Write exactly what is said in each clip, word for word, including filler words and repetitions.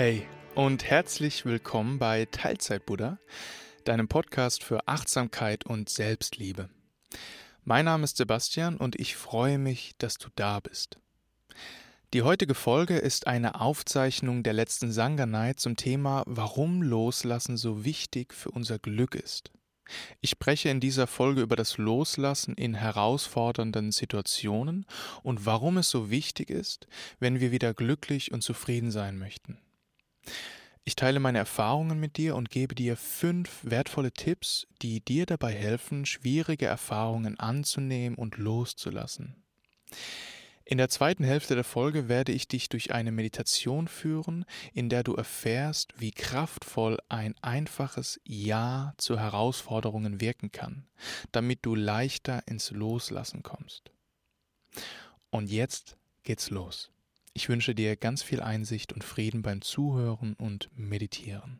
Hey und herzlich willkommen bei Teilzeit-Buddha, deinem Podcast für Achtsamkeit und Selbstliebe. Mein Name ist Sebastian und ich freue mich, dass du da bist. Die heutige Folge ist eine Aufzeichnung der letzten Sangha Night zum Thema, warum Loslassen so wichtig für unser Glück ist. Ich spreche in dieser Folge über das Loslassen in herausfordernden Situationen und warum es so wichtig ist, wenn wir wieder glücklich und zufrieden sein möchten. Ich teile meine Erfahrungen mit dir und gebe dir fünf wertvolle Tipps, die dir dabei helfen, schwierige Erfahrungen anzunehmen und loszulassen. In der zweiten Hälfte der Folge werde ich dich durch eine Meditation führen, in der du erfährst, wie kraftvoll ein einfaches Ja zu Herausforderungen wirken kann, damit du leichter ins Loslassen kommst. Und jetzt geht's los. Ich wünsche dir ganz viel Einsicht und Frieden beim Zuhören und Meditieren.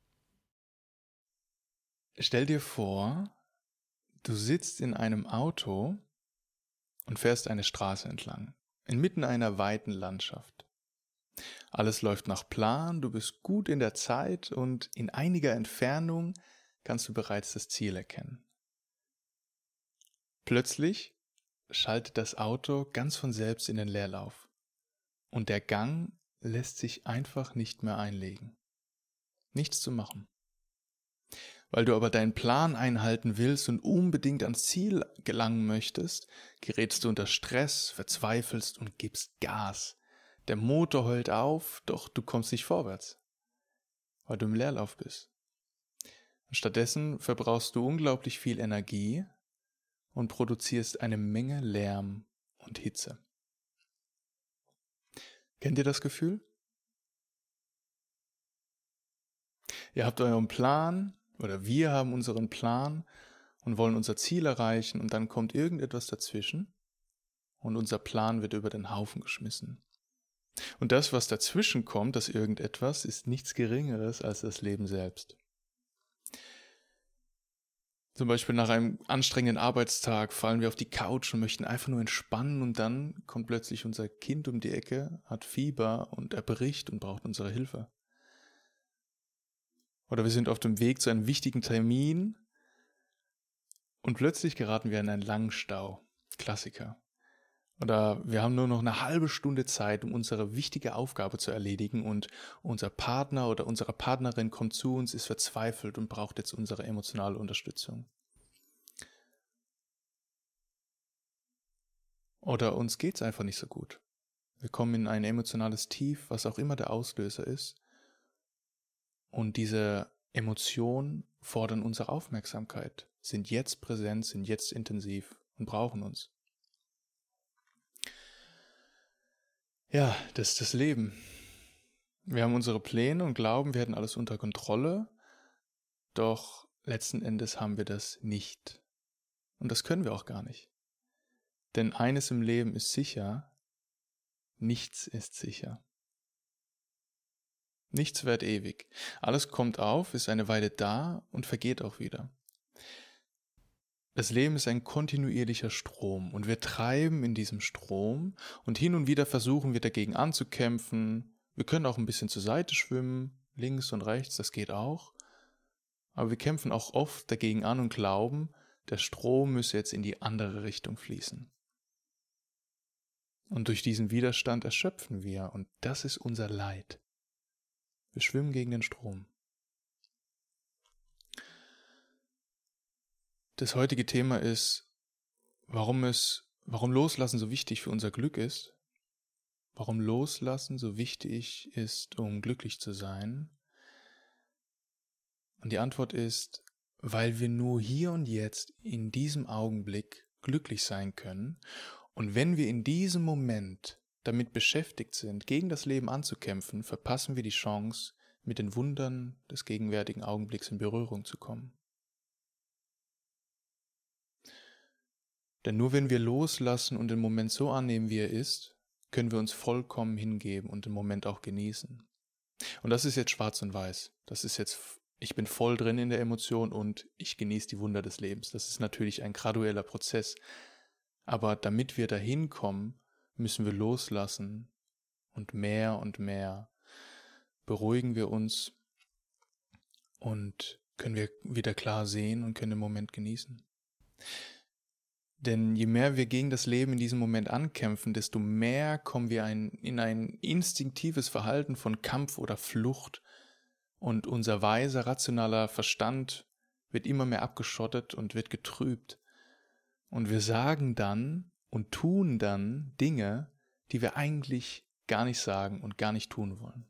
Stell dir vor, du sitzt in einem Auto und fährst eine Straße entlang, inmitten einer weiten Landschaft. Alles läuft nach Plan, du bist gut in der Zeit und in einiger Entfernung kannst du bereits das Ziel erkennen. Plötzlich schaltet das Auto ganz von selbst in den Leerlauf. Und der Gang lässt sich einfach nicht mehr einlegen. Nichts zu machen. Weil du aber deinen Plan einhalten willst und unbedingt ans Ziel gelangen möchtest, gerätst du unter Stress, verzweifelst und gibst Gas. Der Motor heult auf, doch du kommst nicht vorwärts, weil du im Leerlauf bist. Und stattdessen verbrauchst du unglaublich viel Energie und produzierst eine Menge Lärm und Hitze. Kennt ihr das Gefühl? Ihr habt euren Plan, oder wir haben unseren Plan und wollen unser Ziel erreichen und dann kommt irgendetwas dazwischen und unser Plan wird über den Haufen geschmissen. Und das, was dazwischen kommt, das irgendetwas, ist nichts Geringeres als das Leben selbst. Zum Beispiel nach einem anstrengenden Arbeitstag fallen wir auf die Couch und möchten einfach nur entspannen und dann kommt plötzlich unser Kind um die Ecke, hat Fieber und erbricht und braucht unsere Hilfe. Oder wir sind auf dem Weg zu einem wichtigen Termin und plötzlich geraten wir in einen langen Stau. Klassiker. Oder wir haben nur noch eine halbe Stunde Zeit, um unsere wichtige Aufgabe zu erledigen und unser Partner oder unsere Partnerin kommt zu uns, ist verzweifelt und braucht jetzt unsere emotionale Unterstützung. Oder uns geht's einfach nicht so gut. Wir kommen in ein emotionales Tief, was auch immer der Auslöser ist. Und diese Emotionen fordern unsere Aufmerksamkeit, sind jetzt präsent, sind jetzt intensiv und brauchen uns. Ja, das ist das Leben. Wir haben unsere Pläne und glauben, wir hätten alles unter Kontrolle, doch letzten Endes haben wir das nicht. Und das können wir auch gar nicht. Denn eines im Leben ist sicher, nichts ist sicher. Nichts währt ewig. Alles kommt auf, ist eine Weile da und vergeht auch wieder. Das Leben ist ein kontinuierlicher Strom und wir treiben in diesem Strom und hin und wieder versuchen wir dagegen anzukämpfen. Wir können auch ein bisschen zur Seite schwimmen, links und rechts, das geht auch. Aber wir kämpfen auch oft dagegen an und glauben, der Strom müsse jetzt in die andere Richtung fließen. Und durch diesen Widerstand erschöpfen wir und das ist unser Leid. Wir schwimmen gegen den Strom. Das heutige Thema ist, warum es, warum Loslassen so wichtig für unser Glück ist, warum Loslassen so wichtig ist, um glücklich zu sein. Und die Antwort ist, weil wir nur hier und jetzt in diesem Augenblick glücklich sein können. Und wenn wir in diesem Moment damit beschäftigt sind, gegen das Leben anzukämpfen, verpassen wir die Chance, mit den Wundern des gegenwärtigen Augenblicks in Berührung zu kommen. Denn nur wenn wir loslassen und den Moment so annehmen, wie er ist, können wir uns vollkommen hingeben und den Moment auch genießen. Und das ist jetzt schwarz und weiß. Das ist jetzt, ich bin voll drin in der Emotion und ich genieße die Wunder des Lebens. Das ist natürlich ein gradueller Prozess. Aber damit wir dahin kommen, müssen wir loslassen und mehr und mehr beruhigen wir uns und können wir wieder klar sehen und können den Moment genießen. Denn je mehr wir gegen das Leben in diesem Moment ankämpfen, desto mehr kommen wir ein, in ein instinktives Verhalten von Kampf oder Flucht und unser weiser, rationaler Verstand wird immer mehr abgeschottet und wird getrübt. Und wir sagen dann und tun dann Dinge, die wir eigentlich gar nicht sagen und gar nicht tun wollen.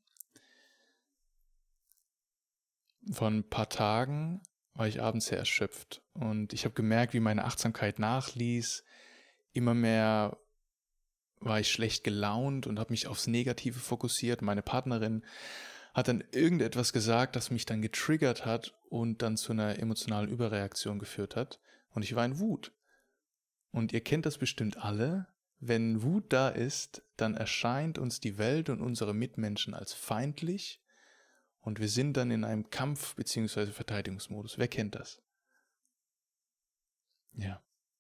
Vor ein paar Tagen war ich abends sehr erschöpft und ich habe gemerkt, wie meine Achtsamkeit nachließ. Immer mehr war ich schlecht gelaunt und habe mich aufs Negative fokussiert. Meine Partnerin hat dann irgendetwas gesagt, das mich dann getriggert hat und dann zu einer emotionalen Überreaktion geführt hat. Und ich war in Wut. Und ihr kennt das bestimmt alle. Wenn Wut da ist, dann erscheint uns die Welt und unsere Mitmenschen als feindlich. Und wir sind dann in einem Kampf- bzw. Verteidigungsmodus. Wer kennt das? Ja.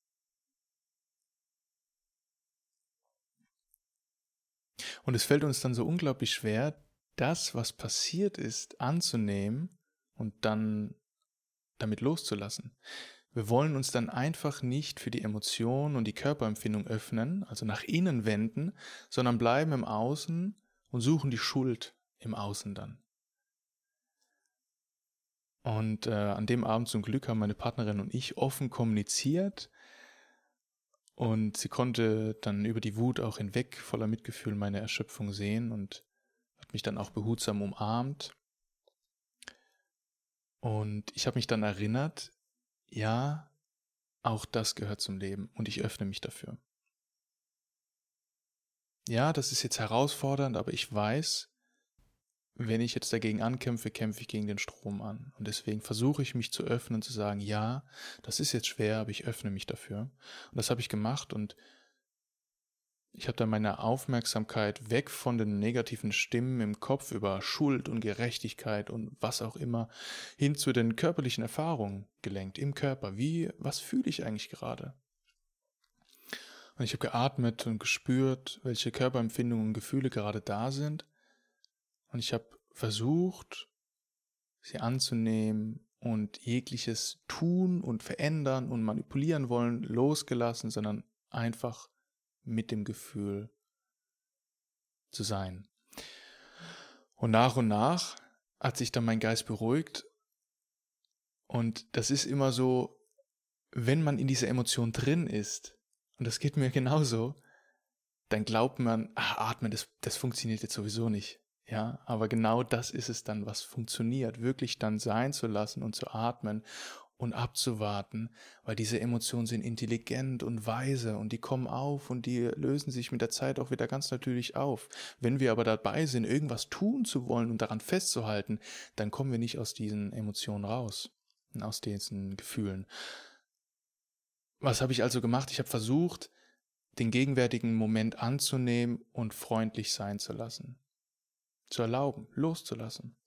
Und es fällt uns dann so unglaublich schwer, das, was passiert ist, anzunehmen und dann damit loszulassen. Wir wollen uns dann einfach nicht für die Emotion und die Körperempfindung öffnen, also nach innen wenden, sondern bleiben im Außen und suchen die Schuld im Außen dann. Und äh, an dem Abend zum Glück haben meine Partnerin und ich offen kommuniziert und sie konnte dann über die Wut auch hinweg voller Mitgefühl meine Erschöpfung sehen und hat mich dann auch behutsam umarmt. Und ich habe mich dann erinnert, ja, auch das gehört zum Leben und ich öffne mich dafür. Ja, das ist jetzt herausfordernd, aber ich weiß, wenn ich jetzt dagegen ankämpfe, kämpfe ich gegen den Strom an. Und deswegen versuche ich mich zu öffnen, zu sagen, ja, das ist jetzt schwer, aber ich öffne mich dafür. Und das habe ich gemacht und ich habe dann meine Aufmerksamkeit weg von den negativen Stimmen im Kopf über Schuld und Gerechtigkeit und was auch immer hin zu den körperlichen Erfahrungen gelenkt, im Körper. Wie, was fühle ich eigentlich gerade? Und ich habe geatmet und gespürt, welche Körperempfindungen und Gefühle gerade da sind. Und ich habe versucht, sie anzunehmen und jegliches Tun und Verändern und Manipulieren wollen losgelassen, sondern einfach mit dem Gefühl zu sein. Und nach und nach hat sich dann mein Geist beruhigt. Und das ist immer so, wenn man in dieser Emotion drin ist, und das geht mir genauso, dann glaubt man, ach, atmen, das, das funktioniert jetzt sowieso nicht. Ja, aber genau das ist es dann, was funktioniert, wirklich dann sein zu lassen und zu atmen und abzuwarten, weil diese Emotionen sind intelligent und weise und die kommen auf und die lösen sich mit der Zeit auch wieder ganz natürlich auf. Wenn wir aber dabei sind, irgendwas tun zu wollen und daran festzuhalten, dann kommen wir nicht aus diesen Emotionen raus, aus diesen Gefühlen. Was habe ich also gemacht? Ich habe versucht, den gegenwärtigen Moment anzunehmen und freundlich sein zu lassen. Zu erlauben, loszulassen.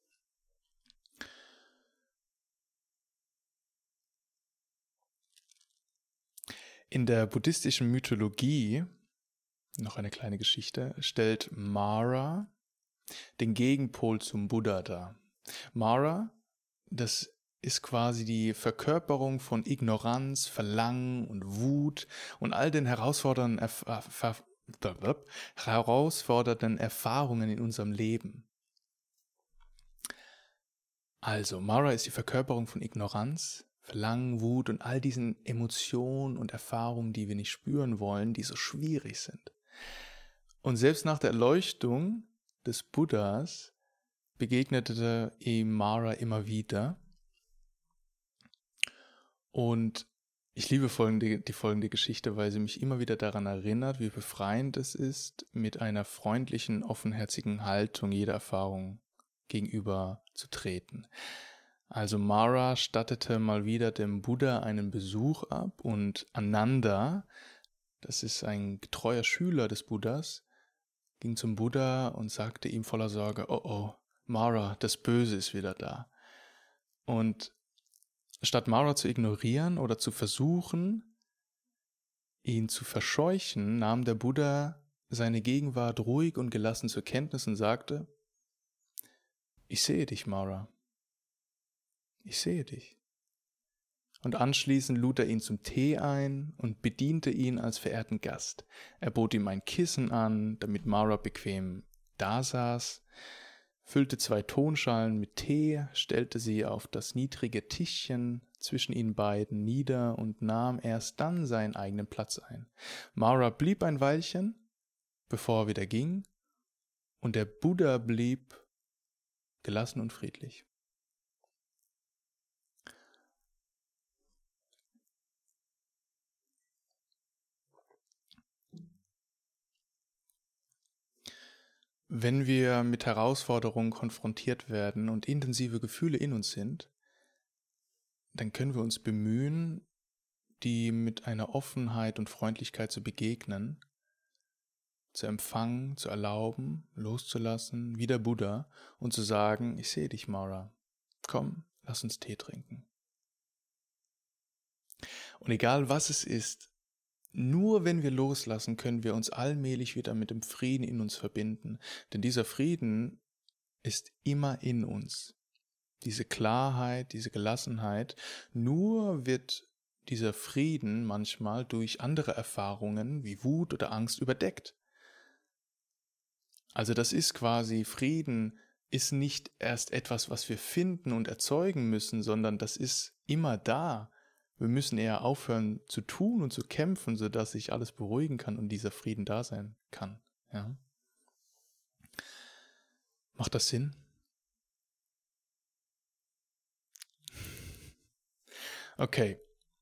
In der buddhistischen Mythologie, noch eine kleine Geschichte, stellt Mara den Gegenpol zum Buddha dar. Mara, das ist quasi die Verkörperung von Ignoranz, Verlangen und Wut und all den herausfordernden, Erf- Erf- herausfordernden Erfahrungen in unserem Leben. Also, Mara ist die Verkörperung von Ignoranz, Verlangen, Wut und all diesen Emotionen und Erfahrungen, die wir nicht spüren wollen, die so schwierig sind. Und selbst nach der Erleuchtung des Buddhas begegnete ihm Mara immer wieder. Und ich liebe folgende, die folgende Geschichte, weil sie mich immer wieder daran erinnert, wie befreiend es ist, mit einer freundlichen, offenherzigen Haltung jeder Erfahrung gegenüber zu treten. Also Mara stattete mal wieder dem Buddha einen Besuch ab und Ananda, das ist ein getreuer Schüler des Buddhas, ging zum Buddha und sagte ihm voller Sorge, oh oh, Mara, das Böse ist wieder da. Und statt Mara zu ignorieren oder zu versuchen, ihn zu verscheuchen, nahm der Buddha seine Gegenwart ruhig und gelassen zur Kenntnis und sagte, ich sehe dich, Mara. Ich sehe dich. Und anschließend lud er ihn zum Tee ein und bediente ihn als verehrten Gast. Er bot ihm ein Kissen an, damit Mara bequem dasaß, füllte zwei Tonschalen mit Tee, stellte sie auf das niedrige Tischchen zwischen ihnen beiden nieder und nahm erst dann seinen eigenen Platz ein. Mara blieb ein Weilchen, bevor er wieder ging, und der Buddha blieb gelassen und friedlich. Wenn wir mit Herausforderungen konfrontiert werden und intensive Gefühle in uns sind, dann können wir uns bemühen, die mit einer Offenheit und Freundlichkeit zu begegnen, zu empfangen, zu erlauben, loszulassen, wie der Buddha, und zu sagen, ich sehe dich, Mara, komm, lass uns Tee trinken. Und egal was es ist, nur wenn wir loslassen, können wir uns allmählich wieder mit dem Frieden in uns verbinden. Denn dieser Frieden ist immer in uns. Diese Klarheit, diese Gelassenheit. Nur wird dieser Frieden manchmal durch andere Erfahrungen wie Wut oder Angst überdeckt. Also das ist quasi, Frieden ist nicht erst etwas, was wir finden und erzeugen müssen, sondern das ist immer da. Wir müssen eher aufhören zu tun und zu kämpfen, sodass sich alles beruhigen kann und dieser Frieden da sein kann. Ja? Macht das Sinn? Okay.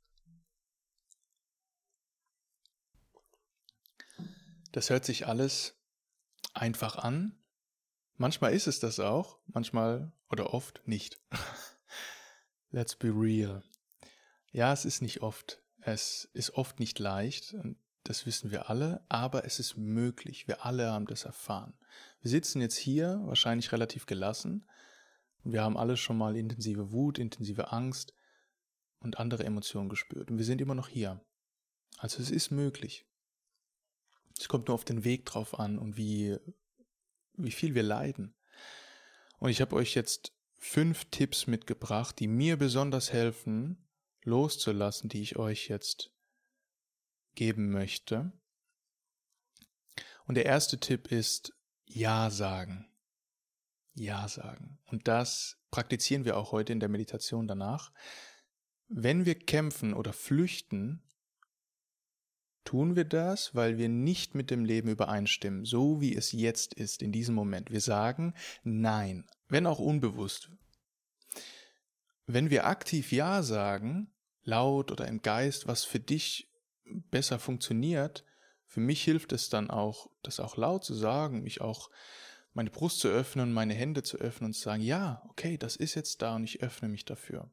Das hört sich alles einfach an. Manchmal ist es das auch, manchmal oder oft nicht. Let's be real. Ja, es ist nicht oft. Es ist oft nicht leicht, und das wissen wir alle, aber es ist möglich. Wir alle haben das erfahren. Wir sitzen jetzt hier, wahrscheinlich relativ gelassen, und wir haben alle schon mal intensive Wut, intensive Angst und andere Emotionen gespürt. Und wir sind immer noch hier. Also es ist möglich. Es kommt nur auf den Weg drauf an und wie, wie viel wir leiden. Und ich habe euch jetzt fünf Tipps mitgebracht, die mir besonders helfen, loszulassen, die ich euch jetzt geben möchte. Und der erste Tipp ist Ja sagen. Ja sagen. Und das praktizieren wir auch heute in der Meditation danach. Wenn wir kämpfen oder flüchten, tun wir das, weil wir nicht mit dem Leben übereinstimmen, so wie es jetzt ist, in diesem Moment. Wir sagen Nein, wenn auch unbewusst. Wenn wir aktiv Ja sagen, laut oder im Geist, was für dich besser funktioniert, für mich hilft es dann auch, das auch laut zu sagen, mich auch meine Brust zu öffnen, meine Hände zu öffnen und zu sagen, ja, okay, das ist jetzt da und ich öffne mich dafür.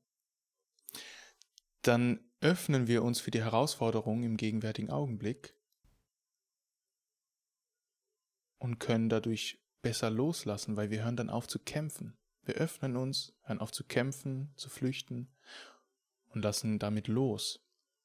Dann öffnen wir uns für die Herausforderungen im gegenwärtigen Augenblick und können dadurch besser loslassen, weil wir hören dann auf zu kämpfen. Wir öffnen uns, hören auf zu kämpfen, zu flüchten und lassen damit los.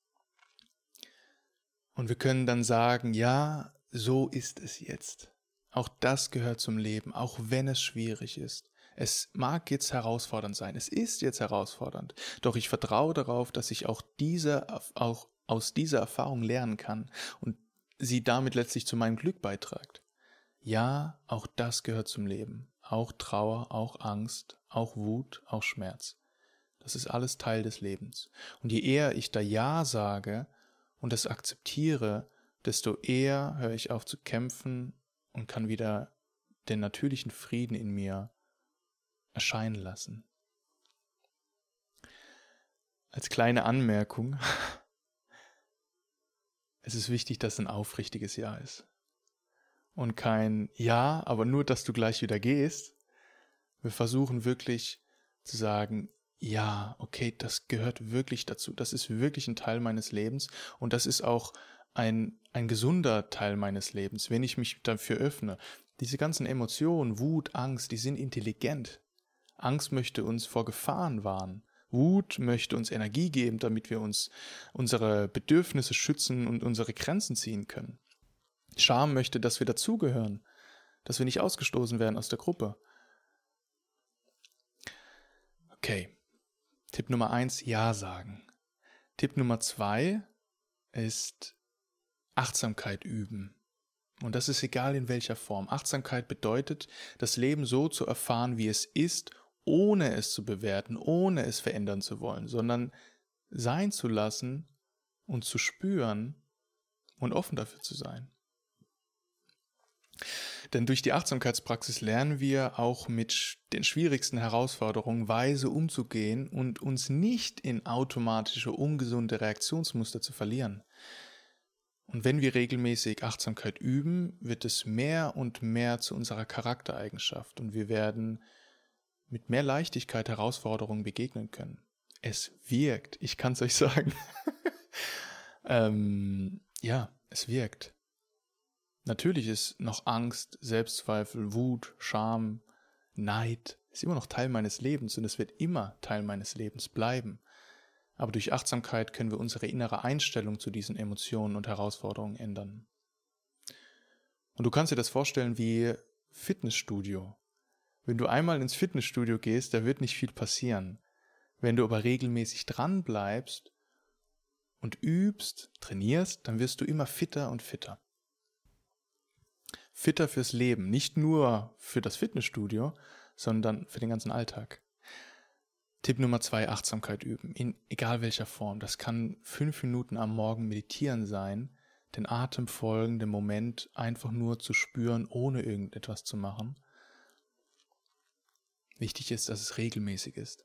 Und wir können dann sagen, ja, so ist es jetzt. Auch das gehört zum Leben, auch wenn es schwierig ist. Es mag jetzt herausfordernd sein, es ist jetzt herausfordernd, doch ich vertraue darauf, dass ich auch, diese, auch aus dieser Erfahrung lernen kann und sie damit letztlich zu meinem Glück beiträgt. Ja, auch das gehört zum Leben, auch Trauer, auch Angst, auch Wut, auch Schmerz. Das ist alles Teil des Lebens. Und je eher ich da Ja sage und das akzeptiere, desto eher höre ich auf zu kämpfen und kann wieder den natürlichen Frieden in mir erscheinen lassen. Als kleine Anmerkung, es ist wichtig, dass ein aufrichtiges Ja ist. Und kein Ja, aber nur, dass du gleich wieder gehst. Wir versuchen wirklich zu sagen, ja, okay, das gehört wirklich dazu. Das ist wirklich ein Teil meines Lebens und das ist auch ein, ein gesunder Teil meines Lebens, wenn ich mich dafür öffne. Diese ganzen Emotionen, Wut, Angst, die sind intelligent. Angst möchte uns vor Gefahren warnen. Wut möchte uns Energie geben, damit wir uns unsere Bedürfnisse schützen und unsere Grenzen ziehen können. Scham möchte, dass wir dazugehören, dass wir nicht ausgestoßen werden aus der Gruppe. Okay, Tipp Nummer eins, Ja sagen. Tipp Nummer zwei ist Achtsamkeit üben. Und das ist egal in welcher Form. Achtsamkeit bedeutet, das Leben so zu erfahren, wie es ist, ohne es zu bewerten, ohne es verändern zu wollen, sondern sein zu lassen und zu spüren und offen dafür zu sein. Denn durch die Achtsamkeitspraxis lernen wir auch mit den schwierigsten Herausforderungen weise umzugehen und uns nicht in automatische, ungesunde Reaktionsmuster zu verlieren. Und wenn wir regelmäßig Achtsamkeit üben, wird es mehr und mehr zu unserer Charaktereigenschaft und wir werden mit mehr Leichtigkeit Herausforderungen begegnen können. Es wirkt, ich kann es euch sagen. ähm, ja, es wirkt. Natürlich ist noch Angst, Selbstzweifel, Wut, Scham, Neid, ist immer noch Teil meines Lebens und es wird immer Teil meines Lebens bleiben. Aber durch Achtsamkeit können wir unsere innere Einstellung zu diesen Emotionen und Herausforderungen ändern. Und du kannst dir das vorstellen wie Fitnessstudio. Wenn du einmal ins Fitnessstudio gehst, da wird nicht viel passieren. Wenn du aber regelmäßig dran bleibst und übst, trainierst, dann wirst du immer fitter und fitter. Fitter fürs Leben, nicht nur für das Fitnessstudio, sondern für den ganzen Alltag. Tipp Nummer zwei, Achtsamkeit üben, in egal welcher Form. Das kann fünf Minuten am Morgen meditieren sein, den Atem folgen, den Moment einfach nur zu spüren, ohne irgendetwas zu machen. Wichtig ist, dass es regelmäßig ist.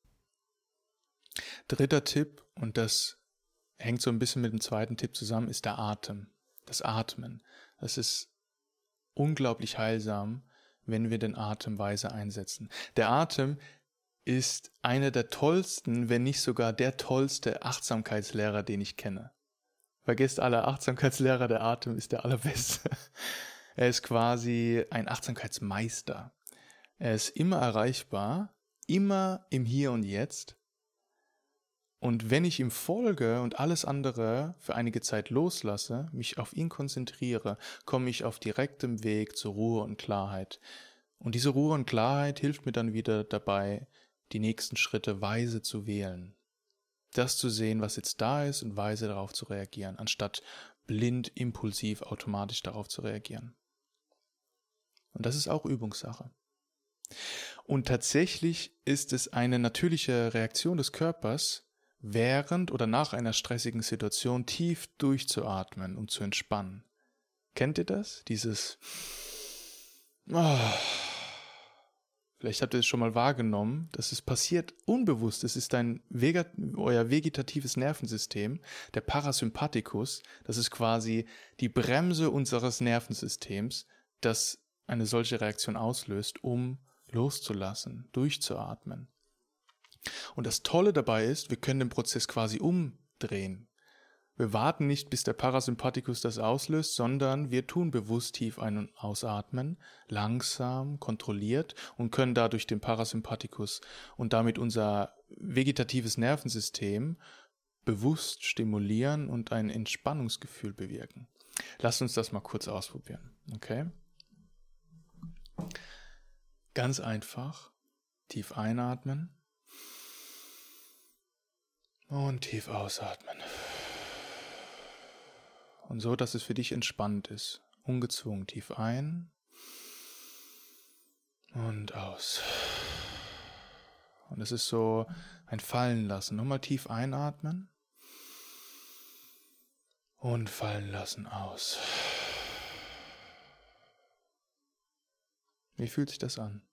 Dritter Tipp, und das hängt so ein bisschen mit dem zweiten Tipp zusammen, ist der Atem. Das Atmen. Das ist unglaublich heilsam, wenn wir den Atem weise einsetzen. Der Atem ist einer der tollsten, wenn nicht sogar der tollste Achtsamkeitslehrer, den ich kenne. Vergesst alle Achtsamkeitslehrer, der Atem ist der allerbeste. Er ist quasi ein Achtsamkeitsmeister. Er ist immer erreichbar, immer im Hier und Jetzt. Und wenn ich ihm folge und alles andere für einige Zeit loslasse, mich auf ihn konzentriere, komme ich auf direktem Weg zur Ruhe und Klarheit. Und diese Ruhe und Klarheit hilft mir dann wieder dabei, die nächsten Schritte weise zu wählen. Das zu sehen, was jetzt da ist und weise darauf zu reagieren, anstatt blind, impulsiv, automatisch darauf zu reagieren. Und das ist auch Übungssache. Und tatsächlich ist es eine natürliche Reaktion des Körpers, während oder nach einer stressigen Situation tief durchzuatmen, um zu entspannen. Kennt ihr das? Dieses oh. Vielleicht habt ihr es schon mal wahrgenommen, dass es passiert unbewusst. Es ist ein Vega, euer vegetatives Nervensystem, der Parasympathikus. Das ist quasi die Bremse unseres Nervensystems, das eine solche Reaktion auslöst, um loszulassen, durchzuatmen. Und das Tolle dabei ist, wir können den Prozess quasi umdrehen. Wir warten nicht, bis der Parasympathikus das auslöst, sondern wir tun bewusst tief ein- und ausatmen, langsam, kontrolliert und können dadurch den Parasympathikus und damit unser vegetatives Nervensystem bewusst stimulieren und ein Entspannungsgefühl bewirken. Lasst uns das mal kurz ausprobieren, okay? Ganz einfach, tief einatmen und tief ausatmen. Und so, dass es für dich entspannt ist. Ungezwungen tief ein und aus. Und es ist so ein Fallen lassen. Nochmal tief einatmen und fallen lassen aus. Wie fühlt sich das an?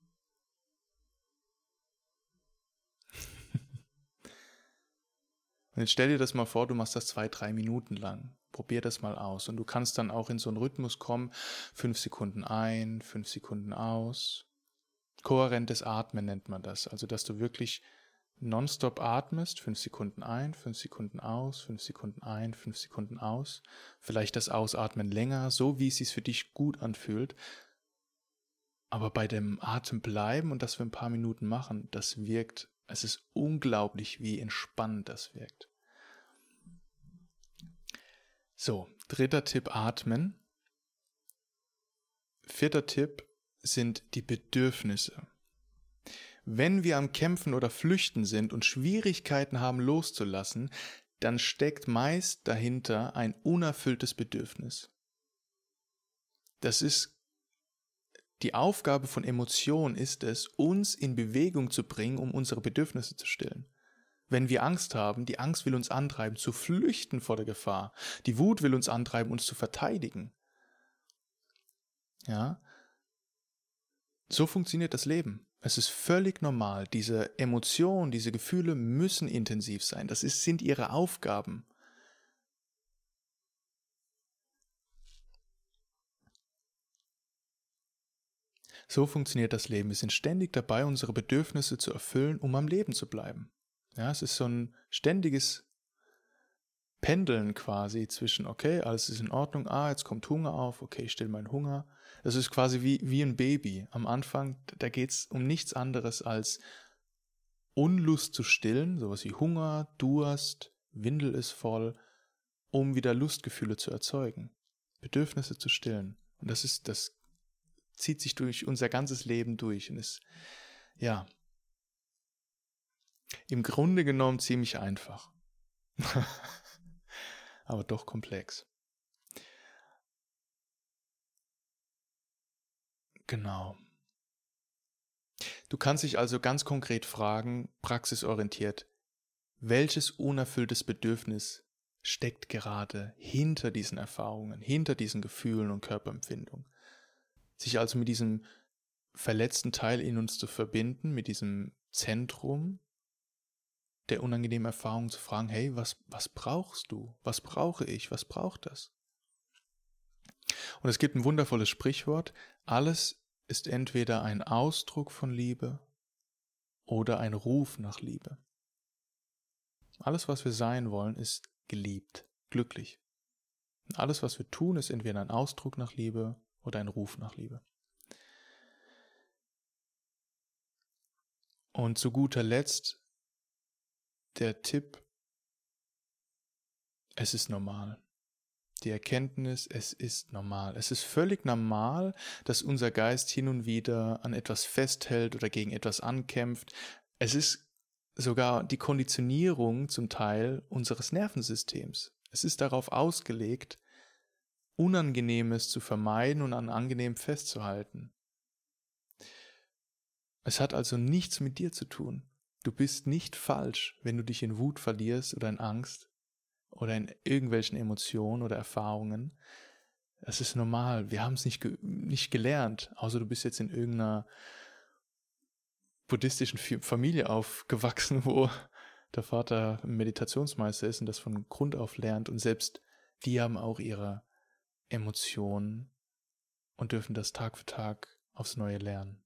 Und jetzt stell dir das mal vor, du machst das zwei, drei Minuten lang. Probier das mal aus. Und du kannst dann auch in so einen Rhythmus kommen. Fünf Sekunden ein, fünf Sekunden aus. Kohärentes Atmen nennt man das. Also, dass du wirklich nonstop atmest. Fünf Sekunden ein, fünf Sekunden aus, fünf Sekunden ein, fünf Sekunden aus. Vielleicht das Ausatmen länger, so wie es sich für dich gut anfühlt. Aber bei dem Atem bleiben und das für ein paar Minuten machen, das wirkt, es ist unglaublich, wie entspannend das wirkt. So, dritter Tipp, atmen. Vierter Tipp sind die Bedürfnisse. Wenn wir am Kämpfen oder Flüchten sind und Schwierigkeiten haben loszulassen, dann steckt meist dahinter ein unerfülltes Bedürfnis. Das ist die Aufgabe von Emotionen ist es, uns in Bewegung zu bringen, um unsere Bedürfnisse zu stillen. Wenn wir Angst haben, die Angst will uns antreiben, zu flüchten vor der Gefahr. Die Wut will uns antreiben, uns zu verteidigen. Ja? So funktioniert das Leben. Es ist völlig normal. Diese Emotionen, diese Gefühle müssen intensiv sein. Das ist, sind ihre Aufgaben. So funktioniert das Leben. Wir sind ständig dabei, unsere Bedürfnisse zu erfüllen, um am Leben zu bleiben. Ja, es ist so ein ständiges Pendeln quasi zwischen, okay, alles ist in Ordnung, ah, jetzt kommt Hunger auf, okay, ich still meinen Hunger. Das ist quasi wie, wie ein Baby. Am Anfang, da geht es um nichts anderes als Unlust zu stillen, sowas wie Hunger, Durst, Windel ist voll, um wieder Lustgefühle zu erzeugen, Bedürfnisse zu stillen. Und das ist, das zieht sich durch unser ganzes Leben durch und ist, ja, im Grunde genommen ziemlich einfach. Aber doch komplex. Genau. Du kannst dich also ganz konkret fragen, praxisorientiert, welches unerfülltes Bedürfnis steckt gerade hinter diesen Erfahrungen, hinter diesen Gefühlen und Körperempfindungen? Sich also mit diesem verletzten Teil in uns zu verbinden, mit diesem Zentrum der unangenehmen Erfahrung zu fragen, hey, was, was brauchst du? Was brauche ich? Was braucht das? Und es gibt ein wundervolles Sprichwort, alles ist entweder ein Ausdruck von Liebe oder ein Ruf nach Liebe. Alles, was wir sein wollen, ist geliebt, glücklich. Und alles, was wir tun, ist entweder ein Ausdruck nach Liebe oder ein Ruf nach Liebe. Und zu guter Letzt der Tipp, es ist normal. Die Erkenntnis, es ist normal. Es ist völlig normal, dass unser Geist hin und wieder an etwas festhält oder gegen etwas ankämpft. Es ist sogar die Konditionierung zum Teil unseres Nervensystems. Es ist darauf ausgelegt, Unangenehmes zu vermeiden und an Angenehm festzuhalten. Es hat also nichts mit dir zu tun. Du bist nicht falsch, wenn du dich in Wut verlierst oder in Angst oder in irgendwelchen Emotionen oder Erfahrungen. Das ist normal. Wir haben es nicht, ge- nicht gelernt, außer du bist jetzt in irgendeiner buddhistischen Familie aufgewachsen, wo der Vater ein Meditationsmeister ist und das von Grund auf lernt. Und selbst die haben auch ihre Emotionen und dürfen das Tag für Tag aufs Neue lernen.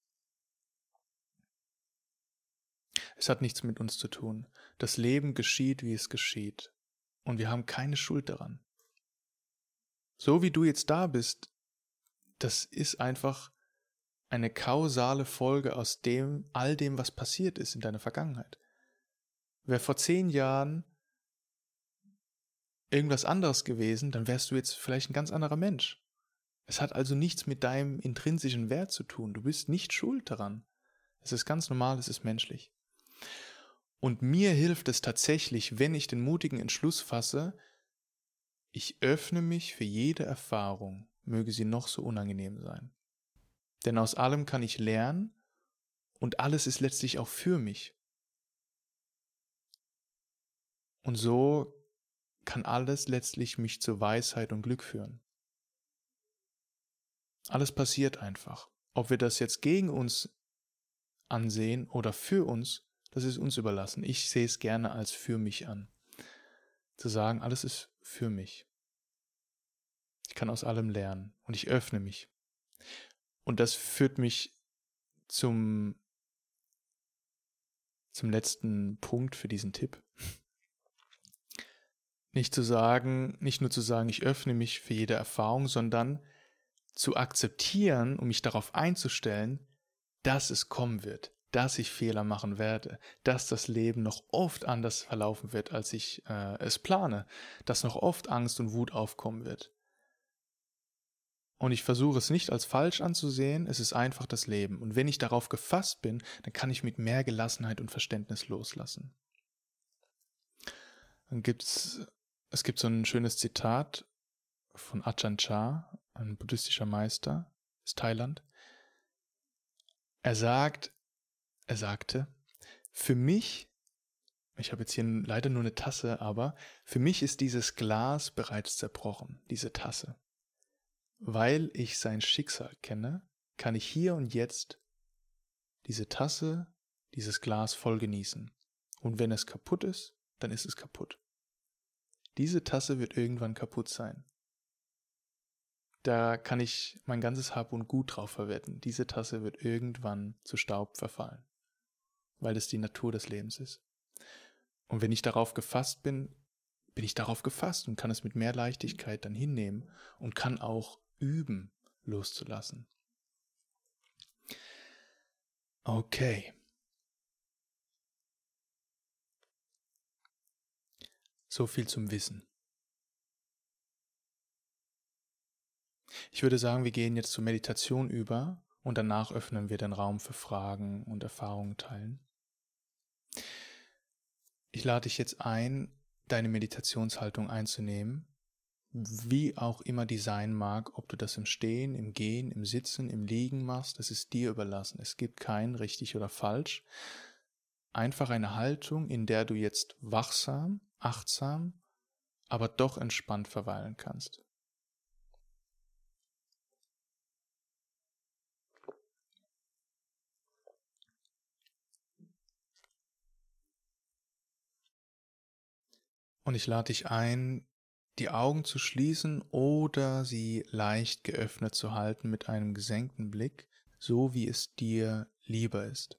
Es hat nichts mit uns zu tun. Das Leben geschieht, wie es geschieht. Und wir haben keine Schuld daran. So wie du jetzt da bist, das ist einfach eine kausale Folge aus dem, all dem, was passiert ist in deiner Vergangenheit. Wäre vor zehn Jahren irgendwas anderes gewesen, dann wärst du jetzt vielleicht ein ganz anderer Mensch. Es hat also nichts mit deinem intrinsischen Wert zu tun. Du bist nicht schuld daran. Es ist ganz normal, es ist menschlich. Und mir hilft es tatsächlich, wenn ich den mutigen Entschluss fasse, ich öffne mich für jede Erfahrung, möge sie noch so unangenehm sein. Denn aus allem kann ich lernen und alles ist letztlich auch für mich. Und so kann alles letztlich mich zur Weisheit und Glück führen. Alles passiert einfach. Ob wir das jetzt gegen uns ansehen oder für uns, das ist uns überlassen. Ich sehe es gerne als für mich an. Zu sagen, alles ist für mich. Ich kann aus allem lernen und ich öffne mich. Und das führt mich zum, zum letzten Punkt für diesen Tipp. Nicht zu sagen, nicht nur zu sagen, ich öffne mich für jede Erfahrung, sondern zu akzeptieren, um mich darauf einzustellen, dass es kommen wird, dass ich Fehler machen werde, dass das Leben noch oft anders verlaufen wird, als ich äh, es plane, dass noch oft Angst und Wut aufkommen wird. Und ich versuche es nicht als falsch anzusehen, es ist einfach das Leben. Und wenn ich darauf gefasst bin, dann kann ich mit mehr Gelassenheit und Verständnis loslassen. Dann gibt's, es gibt so ein schönes Zitat von Ajahn Chah, ein buddhistischer Meister aus Thailand. Er sagt, er sagte, für mich, ich habe jetzt hier leider nur eine Tasse, aber für mich ist dieses Glas bereits zerbrochen, diese Tasse. Weil ich sein Schicksal kenne, kann ich hier und jetzt diese Tasse, dieses Glas voll genießen. Und wenn es kaputt ist, dann ist es kaputt. Diese Tasse wird irgendwann kaputt sein. Da kann ich mein ganzes Hab und Gut drauf verwetten. Diese Tasse wird irgendwann zu Staub verfallen, weil es die Natur des Lebens ist. Und wenn ich darauf gefasst bin, bin ich darauf gefasst und kann es mit mehr Leichtigkeit dann hinnehmen und kann auch üben, loszulassen. Okay. So viel zum Wissen. Ich würde sagen, wir gehen jetzt zur Meditation über und danach öffnen wir den Raum für Fragen und Erfahrungen teilen. Ich lade dich jetzt ein, deine Meditationshaltung einzunehmen, wie auch immer die sein mag, ob du das im Stehen, im Gehen, im Sitzen, im Liegen machst, das ist dir überlassen. Es gibt kein richtig oder falsch. Einfach eine Haltung, in der du jetzt wachsam, achtsam, aber doch entspannt verweilen kannst. Und ich lade dich ein, die Augen zu schließen oder sie leicht geöffnet zu halten mit einem gesenkten Blick, so wie es dir lieber ist.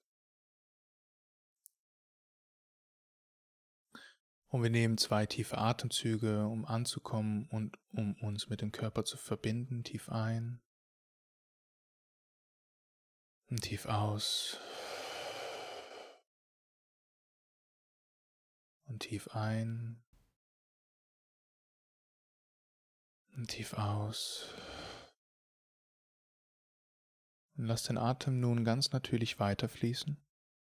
Und wir nehmen zwei tiefe Atemzüge, um anzukommen und um uns mit dem Körper zu verbinden. Tief ein und tief aus. Und tief ein und tief aus. Und lass den Atem nun ganz natürlich weiterfließen.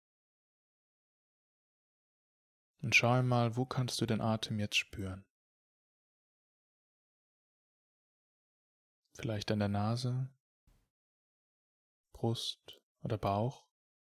Und schau einmal, wo kannst du den Atem jetzt spüren? Vielleicht an der Nase, Brust oder Bauch?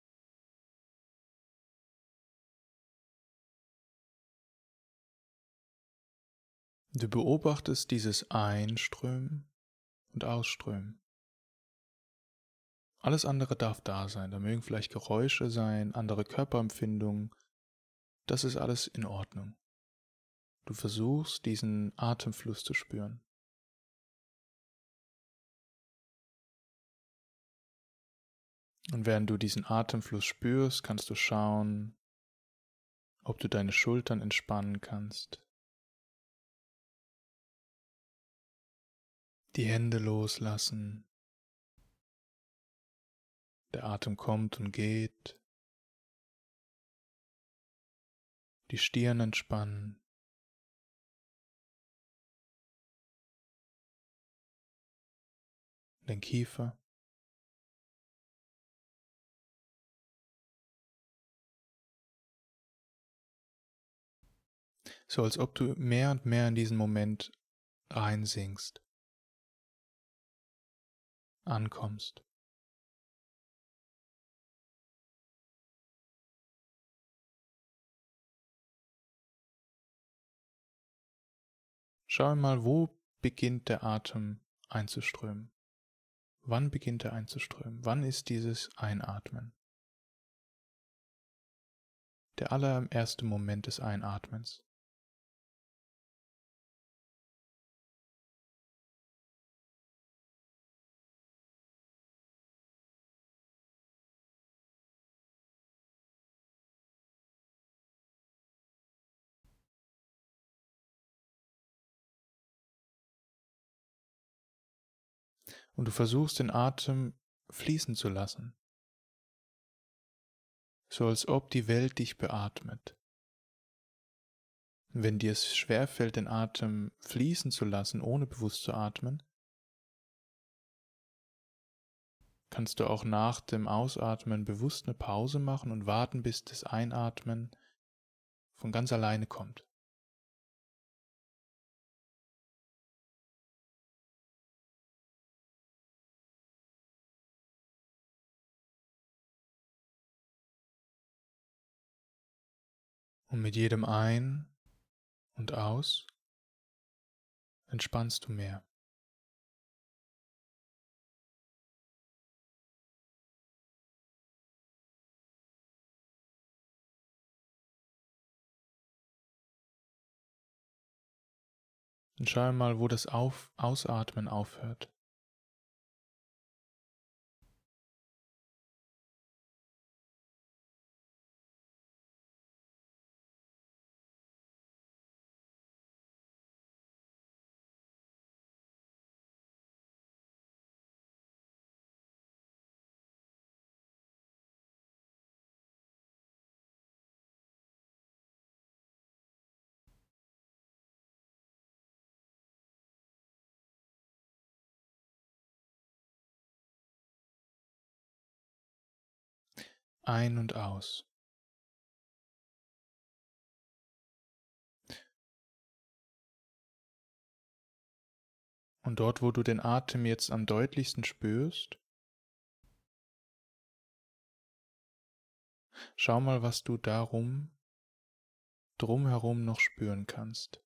Du beobachtest dieses Einströmen und Ausströmen. Alles andere darf da sein, da mögen vielleicht Geräusche sein, andere Körperempfindungen, das ist alles in Ordnung. Du versuchst, diesen Atemfluss zu spüren. Und während du diesen Atemfluss spürst, kannst du schauen, ob du deine Schultern entspannen kannst, die Hände loslassen. Der Atem kommt und geht. Die Stirn entspannen. Den Kiefer. So als ob du mehr und mehr in diesen Moment reinsinkst, ankommst. Schau mal, wo beginnt der Atem einzuströmen? Wann beginnt er einzuströmen? Wann ist dieses Einatmen? Der allererste Moment des Einatmens. Und du versuchst den Atem fließen zu lassen, so als ob die Welt dich beatmet. Wenn dir es schwerfällt, den Atem fließen zu lassen, ohne bewusst zu atmen, kannst du auch nach dem Ausatmen bewusst eine Pause machen und warten, bis das Einatmen von ganz alleine kommt. Und mit jedem Ein- und Aus entspannst du mehr. Und schau mal, wo das Auf- Ausatmen aufhört. Ein und aus. Und dort, wo du den Atem jetzt am deutlichsten spürst, schau mal, was du darum, drumherum noch spüren kannst.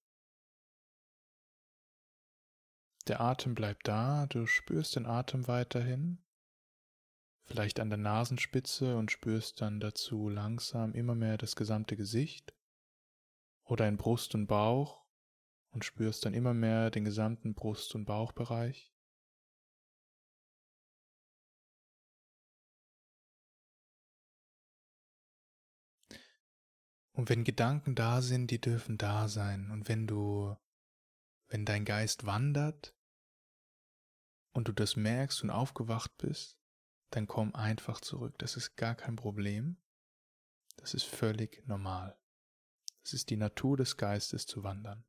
Der Atem bleibt da, du spürst den Atem weiterhin, vielleicht an der Nasenspitze und spürst dann dazu langsam immer mehr das gesamte Gesicht oder in Brust und Bauch und spürst dann immer mehr den gesamten Brust- und Bauchbereich. Und wenn Gedanken da sind, die dürfen da sein. Und wenn du, wenn dein Geist wandert und du das merkst und aufgewacht bist, dann komm einfach zurück. Das ist gar kein Problem. Das ist völlig normal. Es ist die Natur des Geistes zu wandern.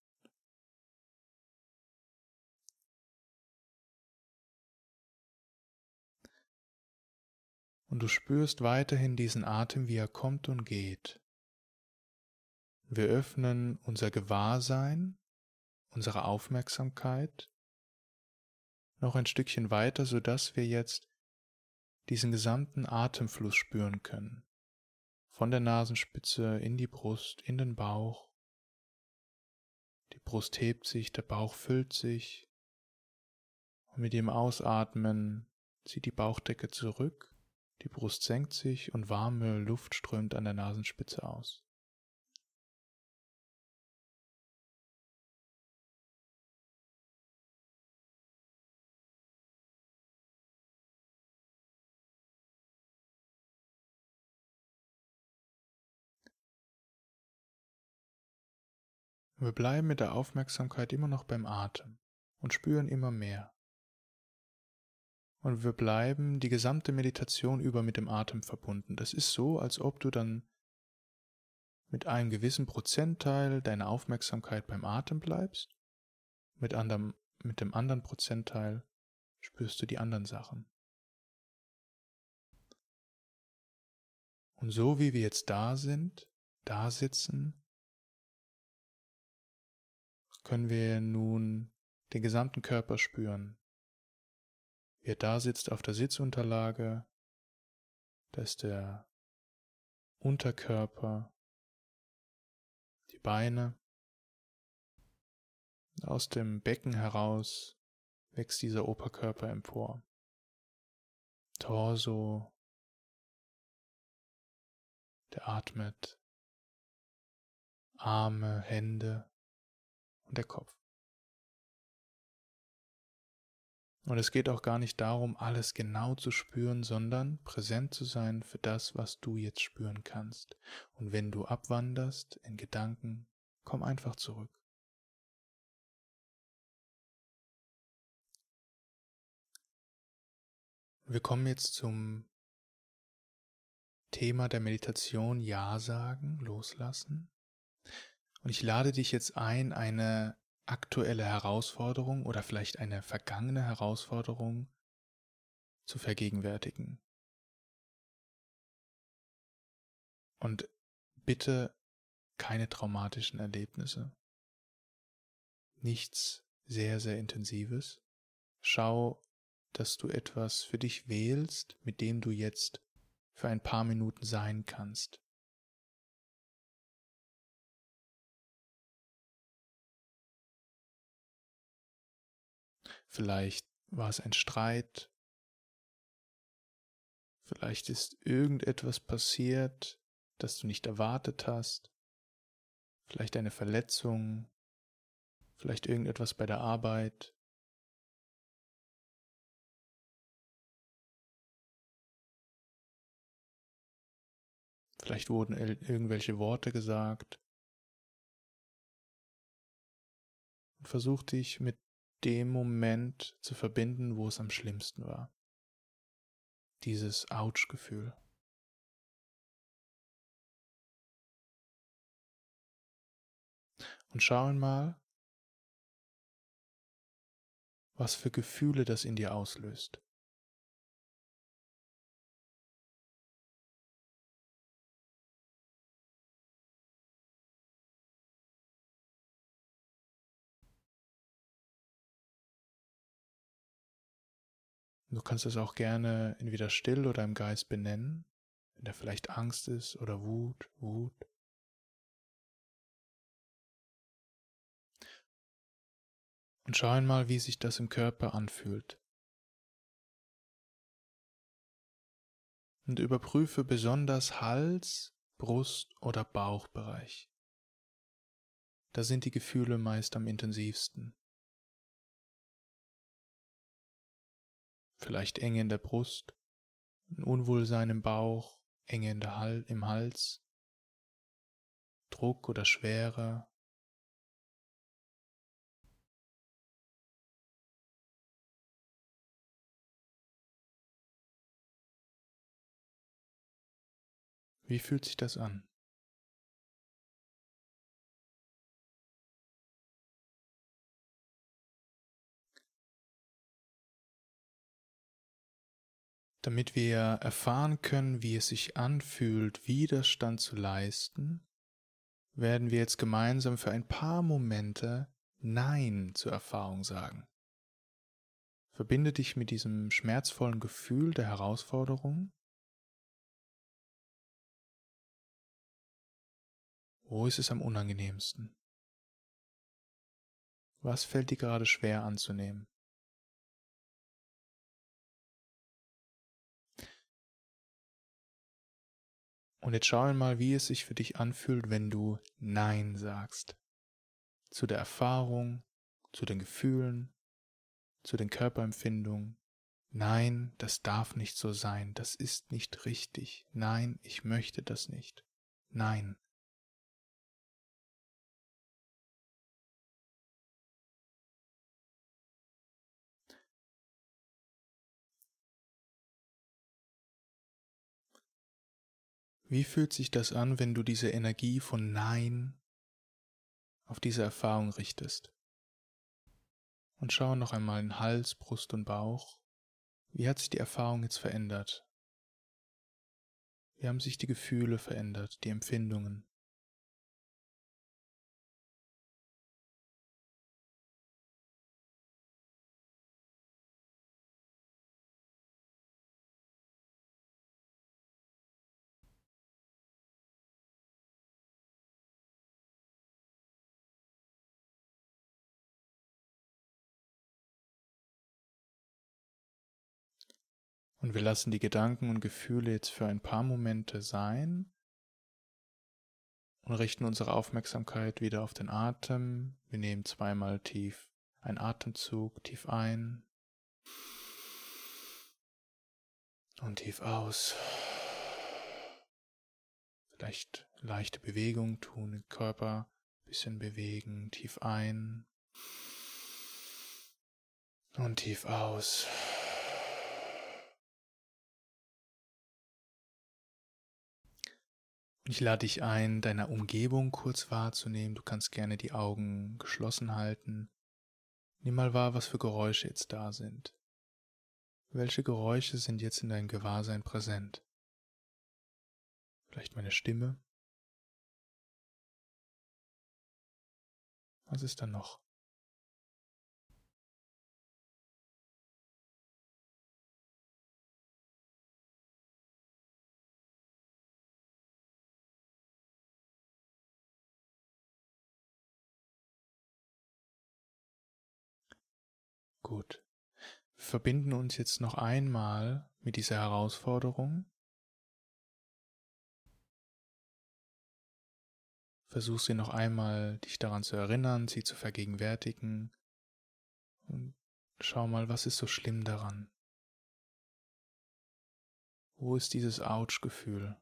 Und du spürst weiterhin diesen Atem, wie er kommt und geht. Wir öffnen unser Gewahrsein, unsere Aufmerksamkeit noch ein Stückchen weiter, sodass wir jetzt diesen gesamten Atemfluss spüren können. Von der Nasenspitze in die Brust, in den Bauch. Die Brust hebt sich, der Bauch füllt sich. Und mit dem Ausatmen zieht die Bauchdecke zurück, die Brust senkt sich und warme Luft strömt an der Nasenspitze aus. Wir bleiben mit der Aufmerksamkeit immer noch beim Atem und spüren immer mehr. Und wir bleiben die gesamte Meditation über mit dem Atem verbunden. Das ist so, als ob du dann mit einem gewissen Prozentteil deiner Aufmerksamkeit beim Atem bleibst, mit, anderem, mit dem anderen Prozentteil spürst du die anderen Sachen. Und so wie wir jetzt da sind, da sitzen, können wir nun den gesamten Körper spüren. Wie er da sitzt auf der Sitzunterlage, da ist der Unterkörper, die Beine. Aus dem Becken heraus wächst dieser Oberkörper empor. Torso, der atmet, Arme, Hände und der Kopf. Und es geht auch gar nicht darum, alles genau zu spüren, sondern präsent zu sein für das, was du jetzt spüren kannst. Und wenn du abwanderst in Gedanken, komm einfach zurück. Wir kommen jetzt zum Thema der Meditation Ja sagen, loslassen. Und ich lade dich jetzt ein, eine aktuelle Herausforderung oder vielleicht eine vergangene Herausforderung zu vergegenwärtigen. Und bitte keine traumatischen Erlebnisse. Nichts sehr, sehr Intensives. Schau, dass du etwas für dich wählst, mit dem du jetzt für ein paar Minuten sein kannst. Vielleicht war es ein Streit, vielleicht ist irgendetwas passiert, das du nicht erwartet hast, vielleicht eine Verletzung, vielleicht irgendetwas bei der Arbeit. Vielleicht wurden irgendwelche Worte gesagt. Und versuch dich mit dem Moment zu verbinden, wo es am schlimmsten war. Dieses Ouch-Gefühl. Und schau einmal, was für Gefühle das in dir auslöst. Du kannst es auch gerne entweder still oder im Geist benennen, wenn da vielleicht Angst ist oder Wut, Wut. Und schau einmal, wie sich das im Körper anfühlt. Und überprüfe besonders Hals, Brust oder Bauchbereich. Da sind die Gefühle meist am intensivsten. Vielleicht Enge in der Brust, ein Unwohlsein im Bauch, Enge in der Hal- im Hals, Druck oder Schwere. Wie fühlt sich das an? Damit wir erfahren können, wie es sich anfühlt, Widerstand zu leisten, werden wir jetzt gemeinsam für ein paar Momente Nein zur Erfahrung sagen. Verbinde dich mit diesem schmerzvollen Gefühl der Herausforderung. Wo ist es am unangenehmsten? Was fällt dir gerade schwer anzunehmen? Und jetzt schau einmal, wie es sich für dich anfühlt, wenn du Nein sagst. Zu der Erfahrung, zu den Gefühlen, zu den Körperempfindungen. Nein, das darf nicht so sein, das ist nicht richtig. Nein, ich möchte das nicht. Nein. Wie fühlt sich das an, wenn du diese Energie von Nein auf diese Erfahrung richtest? Und schau noch einmal in Hals, Brust und Bauch. Wie hat sich die Erfahrung jetzt verändert? Wie haben sich die Gefühle verändert, die Empfindungen? Und wir lassen die Gedanken und Gefühle jetzt für ein paar Momente sein und richten unsere Aufmerksamkeit wieder auf den Atem. Wir nehmen zweimal tief einen Atemzug, tief ein und tief aus. Vielleicht leichte Bewegung tun, den Körper ein bisschen bewegen, tief ein und tief aus. Ich lade dich ein, deine Umgebung kurz wahrzunehmen. Du kannst gerne die Augen geschlossen halten. Nimm mal wahr, was für Geräusche jetzt da sind. Welche Geräusche sind jetzt in deinem Gewahrsein präsent? Vielleicht meine Stimme? Was ist da noch? Gut. Wir verbinden uns jetzt noch einmal mit dieser Herausforderung. Versuch sie noch einmal, dich daran zu erinnern, sie zu vergegenwärtigen. Und schau mal, was ist so schlimm daran? Wo ist dieses Ouch-Gefühl?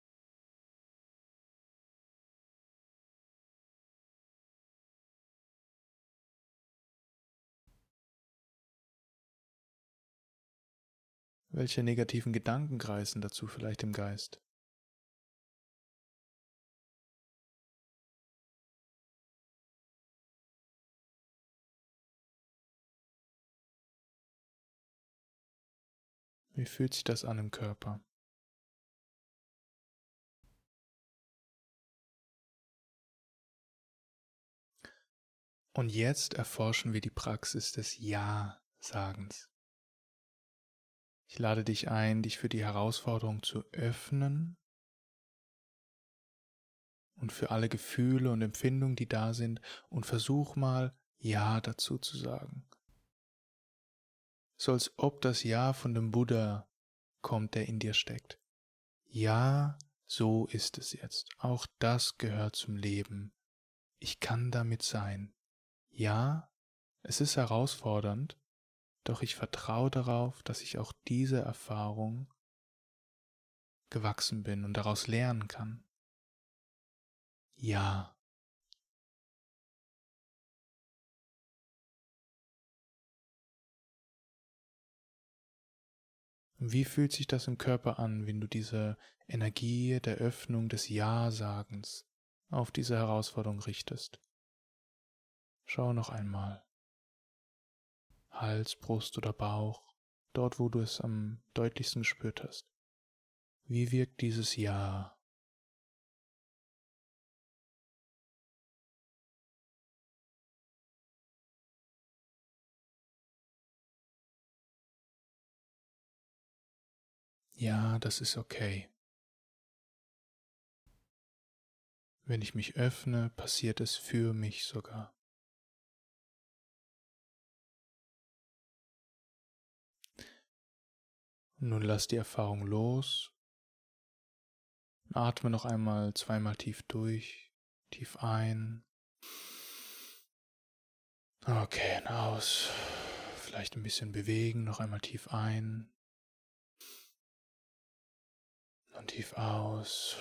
Welche negativen Gedanken kreisen dazu vielleicht im Geist? Wie fühlt sich das an im Körper? Und jetzt erforschen wir die Praxis des Ja-Sagens. Ich lade dich ein, dich für die Herausforderung zu öffnen und für alle Gefühle und Empfindungen, die da sind, und versuch mal Ja dazu zu sagen. So als ob das Ja von dem Buddha kommt, der in dir steckt. Ja, so ist es jetzt. Auch das gehört zum Leben. Ich kann damit sein. Ja, es ist herausfordernd, doch ich vertraue darauf, dass ich auch diese Erfahrung gewachsen bin und daraus lernen kann. Ja. Wie fühlt sich das im Körper an, wenn du diese Energie der Öffnung des Ja-Sagens auf diese Herausforderung richtest? Schau noch einmal. Hals, Brust oder Bauch, dort wo du es am deutlichsten gespürt hast. Wie wirkt dieses Ja? Ja, das ist okay. Wenn ich mich öffne, passiert es für mich sogar. Und nun lass die Erfahrung los. Atme noch einmal zweimal tief durch, tief ein. Okay, und aus. Vielleicht ein bisschen bewegen, noch einmal tief ein. Und tief aus.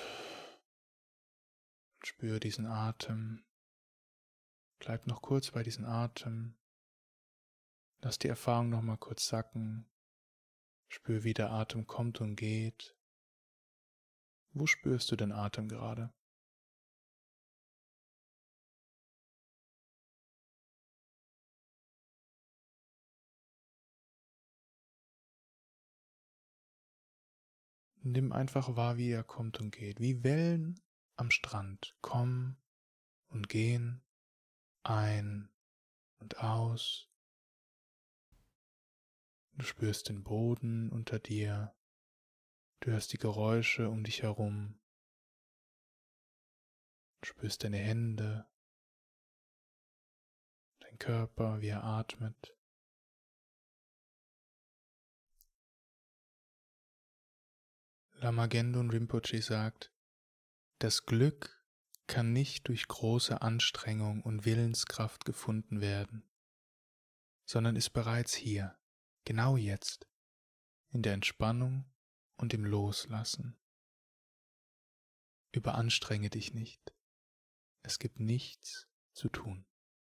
Spür diesen Atem. Bleib noch kurz bei diesem Atem. Lass die Erfahrung noch mal kurz sacken. Spür, wie der Atem kommt und geht. Wo spürst du den Atem gerade? Nimm einfach wahr, wie er kommt und geht. Wie Wellen am Strand kommen und gehen, ein und aus. Du spürst den Boden unter dir. Du hörst die Geräusche um dich herum. Du spürst deine Hände, dein Körper, wie er atmet. Lama Gendun Rinpoche sagt, das Glück kann nicht durch große Anstrengung und Willenskraft gefunden werden, sondern ist bereits hier, genau jetzt, in der Entspannung und im Loslassen. Überanstrenge dich nicht. Es gibt nichts zu tun.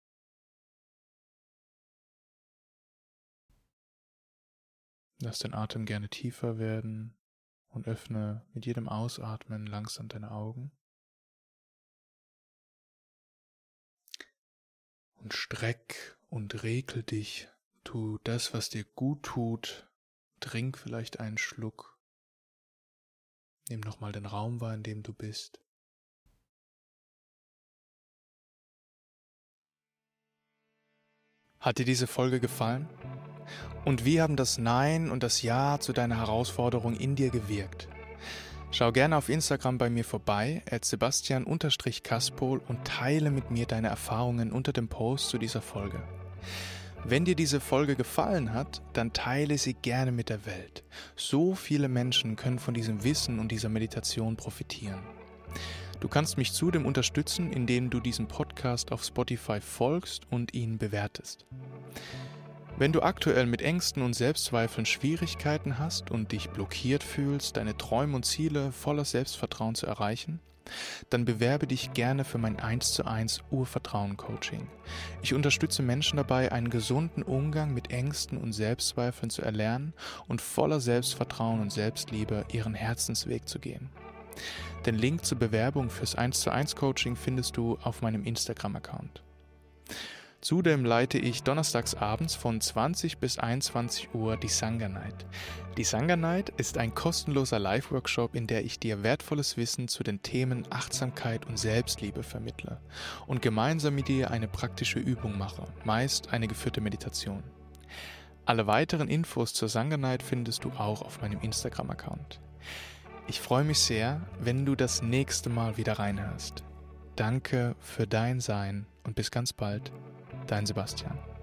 Lass den Atem gerne tiefer werden und öffne mit jedem Ausatmen langsam deine Augen. Und streck und regel dich. Tu das, was dir gut tut. trink vielleicht einen Schluck. Nimm nochmal den Raum wahr, in dem du bist. Hat dir diese Folge gefallen? Und wie haben das Nein und das Ja zu deiner Herausforderung in dir gewirkt? Schau gerne auf Instagram bei mir vorbei, at sebastian kaspol, und teile mit mir deine Erfahrungen unter dem Post zu dieser Folge. Wenn dir diese Folge gefallen hat, dann teile sie gerne mit der Welt. So viele Menschen können von diesem Wissen und dieser Meditation profitieren. Du kannst mich zudem unterstützen, indem du diesem Podcast auf Spotify folgst und ihn bewertest. Wenn du aktuell mit Ängsten und Selbstzweifeln Schwierigkeiten hast und dich blockiert fühlst, deine Träume und Ziele voller Selbstvertrauen zu erreichen, dann bewerbe dich gerne für mein eins zu eins Urvertrauen-Coaching. Ich unterstütze Menschen dabei, einen gesunden Umgang mit Ängsten und Selbstzweifeln zu erlernen und voller Selbstvertrauen und Selbstliebe ihren Herzensweg zu gehen. Den Link zur Bewerbung fürs eins zu eins Coaching findest du auf meinem Instagram-Account. Zudem leite ich donnerstags abends von zwanzig bis einundzwanzig Uhr die Sangha Night. Die Sangha Night ist ein kostenloser Live-Workshop, in der ich dir wertvolles Wissen zu den Themen Achtsamkeit und Selbstliebe vermittle und gemeinsam mit dir eine praktische Übung mache, meist eine geführte Meditation. Alle weiteren Infos zur Sangha Night findest du auch auf meinem Instagram-Account. Ich freue mich sehr, wenn du das nächste Mal wieder reinhörst. Danke für dein Sein und bis ganz bald. Dein Sebastian.